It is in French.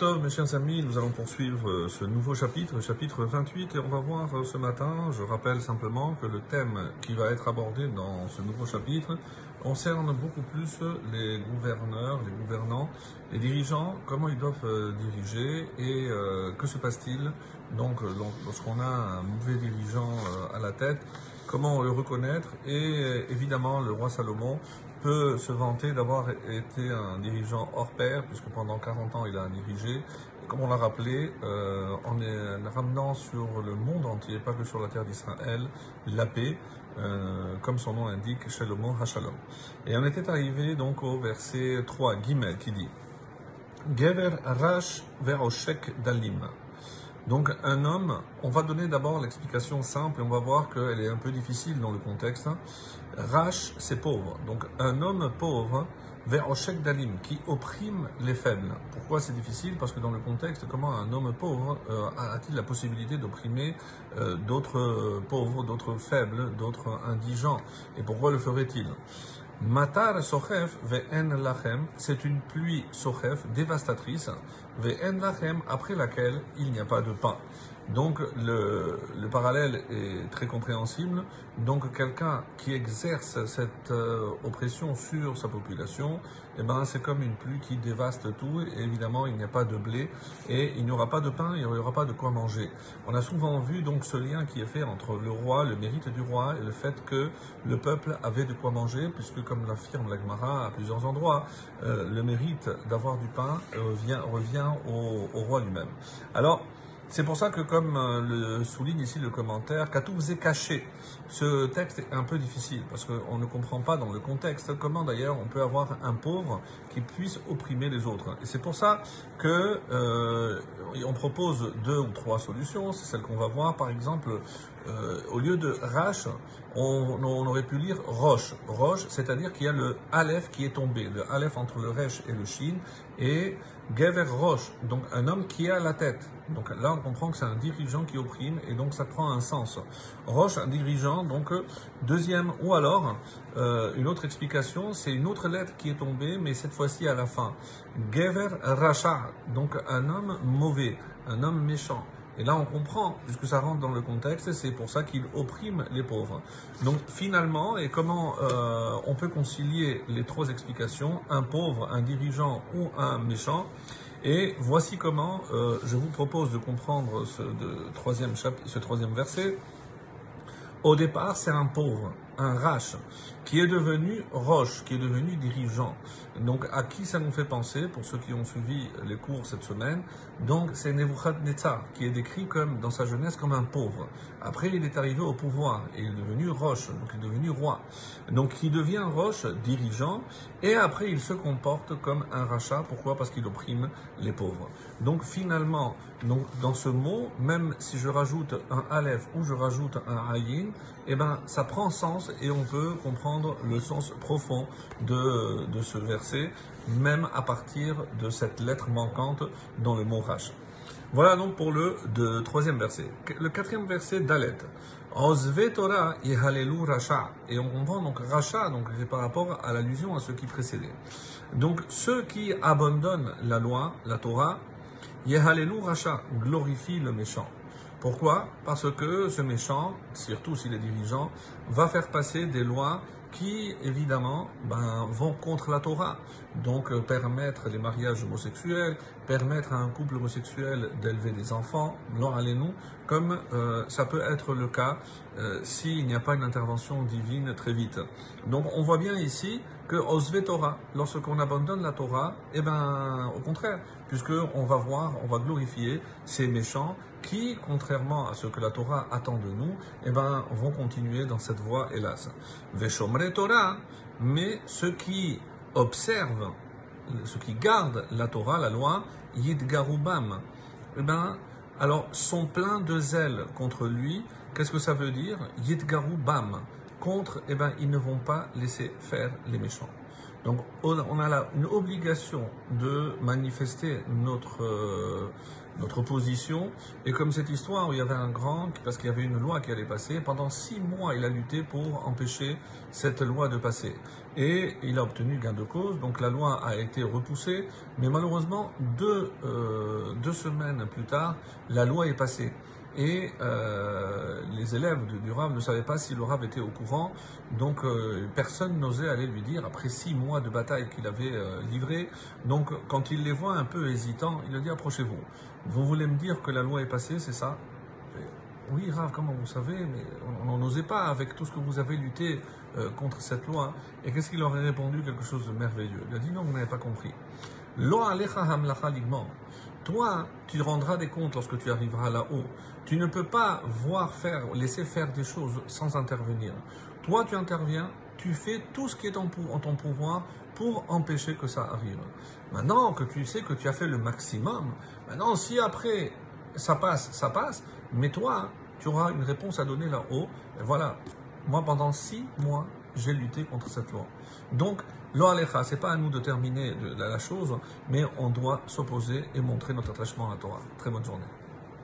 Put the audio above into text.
Tov, mes chers amis, nous allons poursuivre ce nouveau chapitre, le chapitre 28, et on va voir ce matin, je rappelle simplement que le thème qui va être abordé dans ce nouveau chapitre concerne beaucoup plus les gouverneurs, les gouvernants, les dirigeants, comment ils doivent diriger et que se passe-t-il donc lorsqu'on a un mauvais dirigeant à la tête, comment le reconnaître et évidemment le roi Salomon peut se vanter d'avoir été un dirigeant hors pair, puisque pendant 40 ans il a dirigé, et comme on l'a rappelé, en ramenant sur le monde entier, pas que sur la terre d'Israël, la paix, comme son nom indique, Shalom HaShalom. Et on était arrivé donc au verset 3, Gimel, qui dit Gever Rash Veroshek Dalim. Donc un homme, on va donner d'abord l'explication simple et on va voir qu'elle est un peu difficile dans le contexte. Rash, c'est pauvre. Donc un homme pauvre, Veroshek Dalim, qui opprime les faibles. Pourquoi c'est difficile? Parce que dans le contexte, comment un homme pauvre a-t-il la possibilité d'opprimer d'autres pauvres, d'autres faibles, d'autres indigents? Et pourquoi le ferait-il? Matar sochef ve'en lachem, c'est une pluie sochef dévastatrice, ve'en lachem, après laquelle il n'y a pas de pain. Donc le parallèle est très compréhensible. Donc quelqu'un qui exerce cette oppression sur sa population, eh ben c'est comme une pluie qui dévaste tout. Et évidemment, il n'y a pas de blé et il n'y aura pas de pain, il n'y aura pas de quoi manger. On a souvent vu donc ce lien qui est fait entre le roi, le mérite du roi et le fait que le peuple avait de quoi manger, puisque comme l'affirme la Gemara à plusieurs endroits, le mérite d'avoir du pain revient au roi lui-même. Alors, c'est pour ça que, comme le souligne ici le commentaire, Katouf faisait caché. Ce texte est un peu difficile, parce qu'on ne comprend pas dans le contexte comment d'ailleurs on peut avoir un pauvre qui puisse opprimer les autres. Et c'est pour ça que on propose 2 ou 3 solutions, c'est celle qu'on va voir. Par exemple, au lieu de Rash, on aurait pu lire Roche. Roche, c'est-à-dire qu'il y a le Aleph qui est tombé, le Aleph entre le Resh et le Shin, et Gever Roche, donc un homme qui est à la tête. Donc là, on comprend que c'est un dirigeant qui opprime, et donc ça prend un sens. Roche, un dirigeant, donc deuxième, ou alors, une autre explication, c'est une autre lettre qui est tombée, mais cette fois-ci à la fin. Gever Rasha, donc un homme mauvais, un homme méchant. Et là, on comprend, puisque ça rentre dans le contexte, c'est pour ça qu'il opprime les pauvres. Donc, finalement, et comment on peut concilier les 3 explications, un pauvre, un dirigeant ou un méchant? Et voici comment je vous propose de comprendre ce troisième verset. Au départ, c'est un pauvre, un Rash, qui est devenu Roche, qui est devenu dirigeant. Donc, à qui ça nous fait penser, pour ceux qui ont suivi les cours cette semaine? Donc, c'est Nebuchadnezzar, qui est décrit comme, dans sa jeunesse comme un pauvre. Après, il est arrivé au pouvoir, et il est devenu Roche, donc il est devenu roi. Donc, il devient Roche, dirigeant, et après, il se comporte comme un rachat. Pourquoi? Parce qu'il opprime les pauvres. Donc, finalement, dans ce mot, même si je rajoute un Aleph ou je rajoute un Ayin, eh ben, ça prend sens et on peut comprendre le sens profond de ce verset, même à partir de cette lettre manquante dans le mot Rash. Voilà donc pour le 3e verset. Le 4e verset d'Alet. Ozve Torah yehalelu Rasha. Et on comprend donc Rasha, donc c'est par rapport à l'allusion à ce qui précédait. Donc ceux qui abandonnent la loi, la Torah, yehalelu Rasha, glorifient le méchant. Pourquoi? Parce que ce méchant, surtout s'il est dirigeant, va faire passer des lois qui, évidemment, vont contre la Torah. Donc, permettre les mariages homosexuels, permettre à un couple homosexuel d'élever des enfants, allez-nous, comme ça peut être le cas s'il n'y a pas une intervention divine très vite. Donc, on voit bien ici que Osve Torah, lorsqu'on abandonne la Torah, eh ben, au contraire, puisqu'on va voir, on va glorifier ces méchants qui, contrairement à ce que la Torah attend de nous, eh ben, vont continuer dans cette voie, hélas. Veshomre Torah, mais ceux qui observent, ceux qui gardent la Torah, la loi, Yidgarubam, eh ben, alors, sont pleins de zèle contre lui. Qu'est-ce que ça veut dire? Yidgarubam. Contre, eh ben, ils ne vont pas laisser faire les méchants. Donc, on a une obligation de manifester notre position. Et comme cette histoire où il y avait un grand, parce qu'il y avait une loi qui allait passer, pendant 6 mois, il a lutté pour empêcher cette loi de passer. Et il a obtenu gain de cause, donc la loi a été repoussée. Mais malheureusement, 2 2 semaines plus tard, la loi est passée. Et les élèves du Rav ne savaient pas si le Rav était au courant, donc personne n'osait aller lui dire, après 6 mois de bataille qu'il avait livré. Donc quand il les voit un peu hésitants, il leur dit approchez-vous. Vous voulez me dire que la loi est passée, c'est ça? Oui, Rav, comment vous savez? Mais on n'osait pas avec tout ce que vous avez lutté contre cette loi. Et qu'est-ce qu'il aurait répondu? Quelque chose de merveilleux. Il a dit non, vous n'avez pas compris. Lo alecha hamlacha ligman. Toi, tu rendras des comptes lorsque tu arriveras là-haut. Tu ne peux pas laisser faire des choses sans intervenir. Toi, tu interviens, tu fais tout ce qui est en ton pouvoir pour empêcher que ça arrive. Maintenant que tu sais que tu as fait le maximum, maintenant si après ça passe, mais toi, tu auras une réponse à donner là-haut. Et voilà, moi pendant 6 mois, j'ai lutté contre cette loi. Donc, lo alecha, c'est pas à nous de terminer la chose, mais on doit s'opposer et montrer notre attachement à la Torah. Très bonne journée.